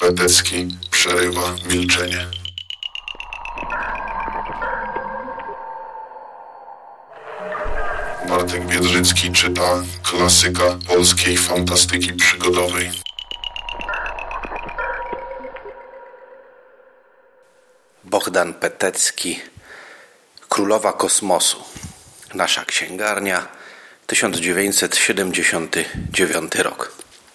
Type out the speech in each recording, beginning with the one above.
Petecki przerywa milczenie. Bartek Biedrzycki czyta klasyka polskiej fantastyki przygodowej. Bogdan Petecki, Królowa Kosmosu. Nasza księgarnia, 1979 rok.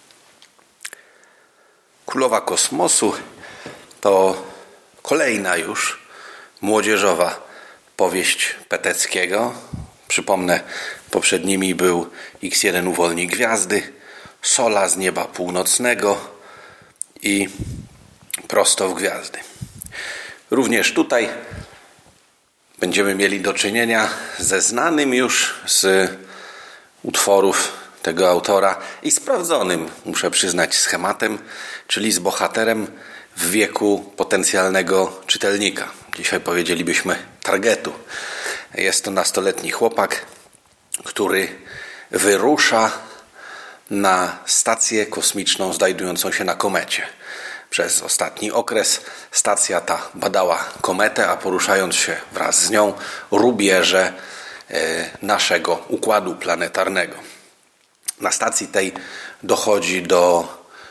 Królowa Kosmosu to kolejna już młodzieżowa powieść Peteckiego. Przypomnę, poprzednimi był X1 uwolni gwiazdy, Sola z nieba północnego i Prosto w gwiazdy. Również tutaj będziemy mieli do czynienia ze znanym już z utworów tego autora i sprawdzonym, muszę przyznać, schematem, czyli z bohaterem w wieku potencjalnego czytelnika. Dzisiaj powiedzielibyśmy targetu. Jest to nastoletni chłopak, który wyrusza na stację kosmiczną znajdującą się na komecie. Przez ostatni okres stacja ta badała kometę, a poruszając się wraz z nią rubieże naszego układu planetarnego. Na stacji tej dochodzi do,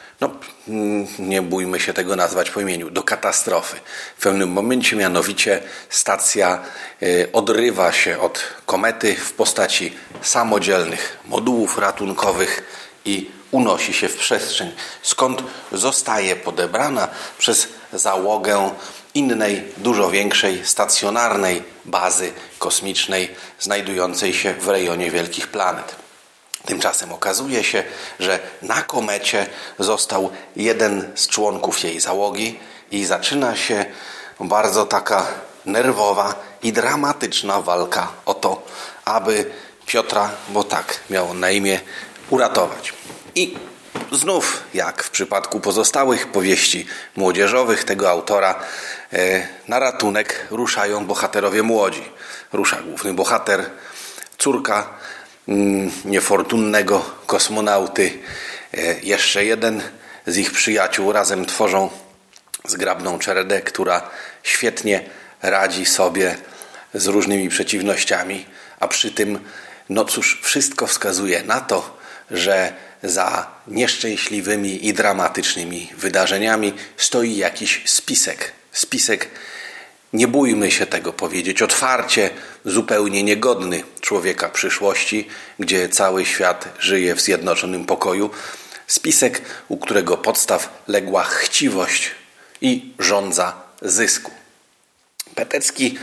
nie bójmy się tego nazwać po imieniu, do katastrofy. W pewnym momencie mianowicie stacja odrywa się od komety w postaci samodzielnych modułów ratunkowych i unosi się w przestrzeń, skąd zostaje podebrana przez załogę innej, dużo większej, stacjonarnej bazy kosmicznej znajdującej się w rejonie wielkich planet. Tymczasem okazuje się, że na komecie został jeden z członków jej załogi i zaczyna się bardzo taka nerwowa i dramatyczna walka o to, aby Piotra, bo tak miał na imię, uratować. I znów, jak w przypadku pozostałych powieści młodzieżowych tego autora, na ratunek ruszają bohaterowie młodzi. Rusza główny bohater, córka niefortunnego kosmonauty, jeszcze jeden z ich przyjaciół. Razem tworzą zgrabną czeredę, która świetnie radzi sobie z różnymi przeciwnościami, a przy tym, wszystko wskazuje na to, że za nieszczęśliwymi i dramatycznymi wydarzeniami stoi jakiś spisek. Spisek, nie bójmy się tego powiedzieć otwarcie, zupełnie niegodny człowieka przyszłości, gdzie cały świat żyje w zjednoczonym pokoju. Spisek, u którego podstaw legła chciwość i żądza zysku. Petecki,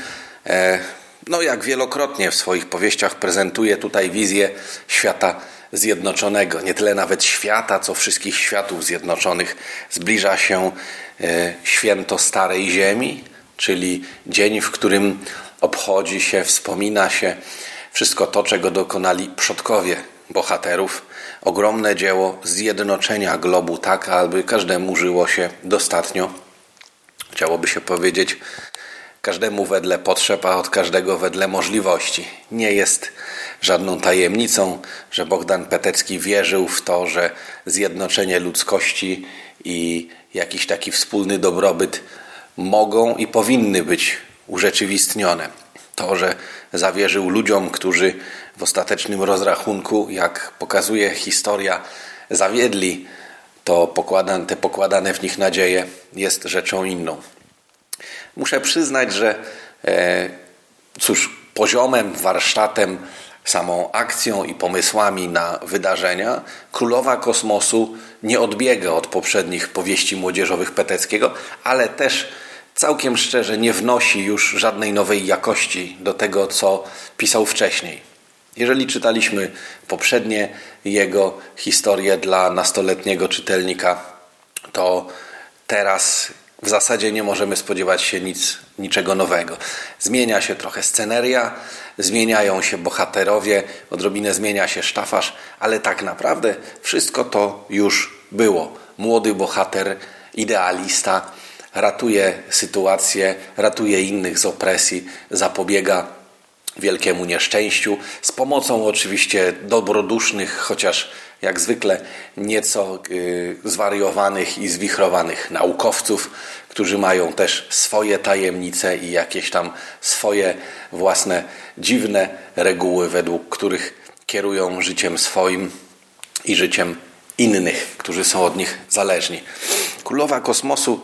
jak wielokrotnie w swoich powieściach prezentuje tutaj wizję świata zjednoczonego. Nie tyle nawet świata, co wszystkich światów zjednoczonych. Zbliża się święto Starej Ziemi, czyli dzień, w którym obchodzi się, wspomina się wszystko to, czego dokonali przodkowie bohaterów. Ogromne dzieło zjednoczenia globu tak, aby każdemu żyło się dostatnio. Chciałoby się powiedzieć, każdemu wedle potrzeb, a od każdego wedle możliwości. Nie jest żadną tajemnicą, że Bogdan Petecki wierzył w to, że zjednoczenie ludzkości i jakiś taki wspólny dobrobyt mogą i powinny być urzeczywistnione. To, że zawierzył ludziom, którzy w ostatecznym rozrachunku, jak pokazuje historia, zawiedli te pokładane w nich nadzieje, jest rzeczą inną. Muszę przyznać, że poziomem, warsztatem, samą akcją i pomysłami na wydarzenia Królowa Kosmosu nie odbiega od poprzednich powieści młodzieżowych Peteckiego, ale też całkiem szczerze nie wnosi już żadnej nowej jakości do tego, co pisał wcześniej. Jeżeli czytaliśmy poprzednie jego historie dla nastoletniego czytelnika, to teraz w zasadzie nie możemy spodziewać się niczego nowego. Zmienia się trochę sceneria, zmieniają się bohaterowie, odrobinę zmienia się sztafaż, ale tak naprawdę wszystko to już było. Młody bohater, idealista, ratuje sytuację, ratuje innych z opresji, zapobiega wielkiemu nieszczęściu, z pomocą oczywiście dobrodusznych, chociaż jak zwykle nieco zwariowanych i zwichrowanych naukowców, którzy mają też swoje tajemnice i jakieś tam swoje własne dziwne reguły, według których kierują życiem swoim i życiem innych, którzy są od nich zależni. Królowa Kosmosu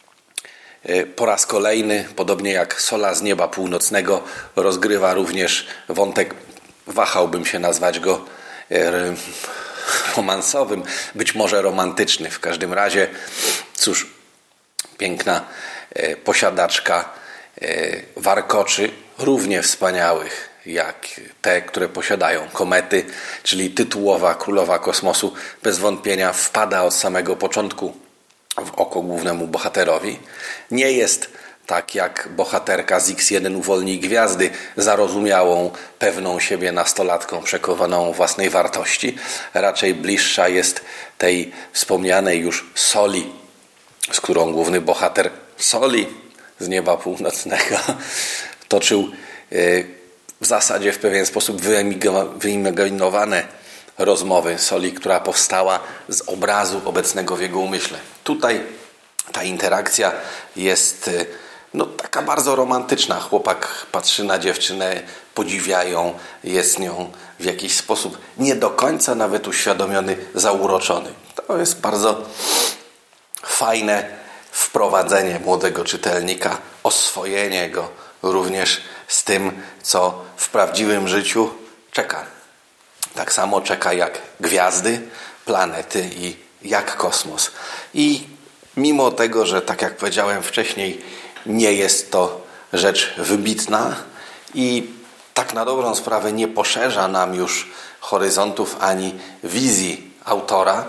po raz kolejny, podobnie jak Sola z nieba północnego, rozgrywa również wątek, wahałbym się nazwać go romansowym, być może romantyczny. W każdym razie, cóż, piękna posiadaczka warkoczy, równie wspaniałych jak te, które posiadają komety, czyli tytułowa Królowa Kosmosu, bez wątpienia wpada od samego początku w oko głównemu bohaterowi. Nie jest tak jak bohaterka z X1 Uwolnij Gwiazdy, zarozumiałą, pewną siebie nastolatką, przekonaną o własnej wartości. Raczej bliższa jest tej wspomnianej już Soli, z którą główny bohater Soli z nieba północnego toczył w zasadzie w pewien sposób wyimaginowane rozmowy. Soli, która powstała z obrazu obecnego w jego umyśle. Tutaj ta interakcja jest taka bardzo romantyczna. Chłopak patrzy na dziewczynę, podziwia ją, jest nią w jakiś sposób nie do końca nawet uświadomiony, zauroczony. To jest bardzo fajne wprowadzenie młodego czytelnika, oswojenie go również z tym, co w prawdziwym życiu czeka. Tak samo czeka jak gwiazdy, planety i jak kosmos. I mimo tego, że tak jak powiedziałem wcześniej, nie jest to rzecz wybitna i tak na dobrą sprawę nie poszerza nam już horyzontów ani wizji autora,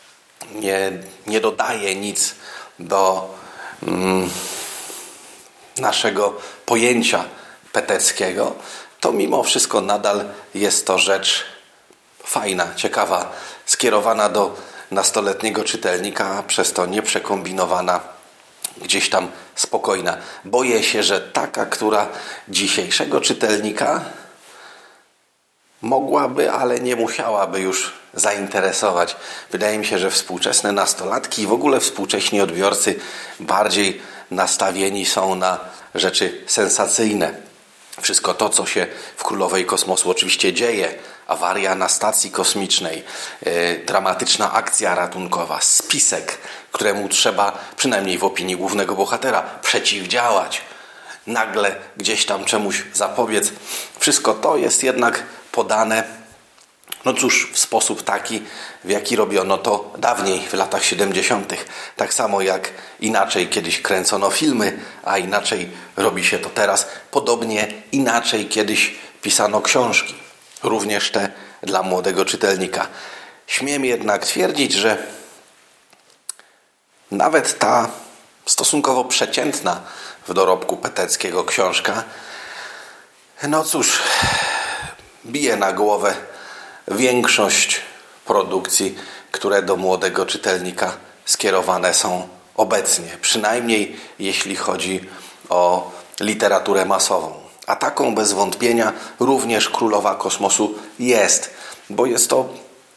nie dodaje nic do naszego pojęcia peteckiego, to mimo wszystko nadal jest to rzecz fajna, ciekawa, skierowana do nastoletniego czytelnika, a przez to nieprzekombinowana, gdzieś tam spokojna. Boję się, że taka, która dzisiejszego czytelnika mogłaby, ale nie musiałaby już zainteresować. Wydaje mi się, że współczesne nastolatki i w ogóle współcześni odbiorcy bardziej nastawieni są na rzeczy sensacyjne. Wszystko to, co się w Królowej Kosmosu oczywiście dzieje, awaria na stacji kosmicznej, dramatyczna akcja ratunkowa, spisek, któremu trzeba, przynajmniej w opinii głównego bohatera, przeciwdziałać, nagle gdzieś tam czemuś zapobiec. Wszystko to jest jednak podane, w sposób taki, w jaki robiono to dawniej, w latach 70. Tak samo jak inaczej kiedyś kręcono filmy, a inaczej robi się to teraz. Podobnie inaczej kiedyś pisano książki, również te dla młodego czytelnika. Śmiem jednak twierdzić, że nawet ta stosunkowo przeciętna w dorobku peteckiego książka, bije na głowę większość produkcji, które do młodego czytelnika skierowane są obecnie. Przynajmniej jeśli chodzi o literaturę masową. A taką bez wątpienia również Królowa Kosmosu jest. Bo jest to,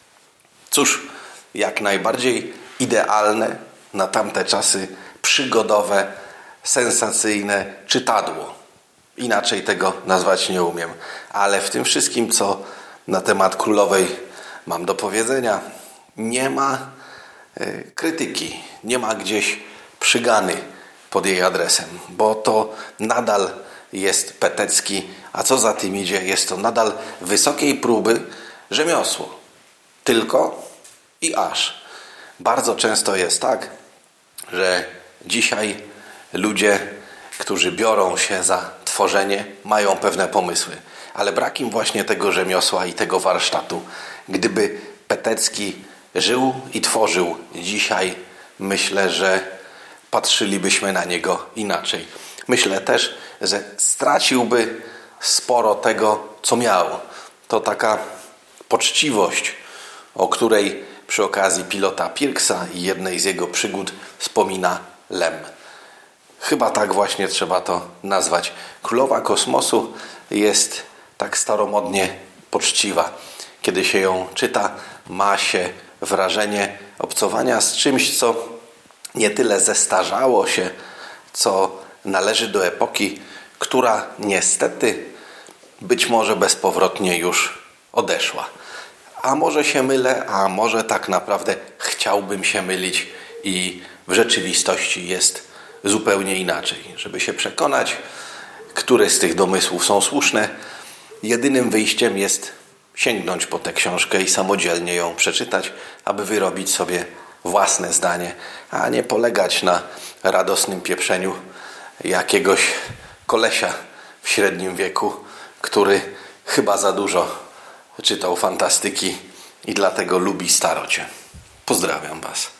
jak najbardziej idealne na tamte czasy przygodowe, sensacyjne czytadło. Inaczej tego nazwać nie umiem. Ale w tym wszystkim, co na temat Królowej mam do powiedzenia, nie ma krytyki, nie ma gdzieś przygany pod jej adresem, bo to nadal jest petecki, a co za tym idzie, jest to nadal wysokiej próby rzemiosło. Tylko i aż. Bardzo często jest tak, że dzisiaj ludzie, którzy biorą się za tworzenie, mają pewne pomysły, ale brak im właśnie tego rzemiosła i tego warsztatu. Gdyby Petecki żył i tworzył dzisiaj, myślę, że patrzylibyśmy na niego inaczej. Myślę też, że straciłby sporo tego, co miał. To taka poczciwość, o której przy okazji pilota Pirksa i jednej z jego przygód wspomina Lem. Chyba tak właśnie trzeba to nazwać. Królowa Kosmosu jest tak staromodnie poczciwa. Kiedy się ją czyta, ma się wrażenie obcowania z czymś, co nie tyle zestarzało się, co należy do epoki, która niestety być może bezpowrotnie już odeszła. A może się mylę, a może tak naprawdę chciałbym się mylić i w rzeczywistości jest zupełnie inaczej. Żeby się przekonać, które z tych domysłów są słuszne, jedynym wyjściem jest sięgnąć po tę książkę i samodzielnie ją przeczytać, aby wyrobić sobie własne zdanie, a nie polegać na radosnym pieprzeniu jakiegoś kolesia w średnim wieku, który chyba za dużo czytał fantastyki i dlatego lubi starocie. Pozdrawiam Was.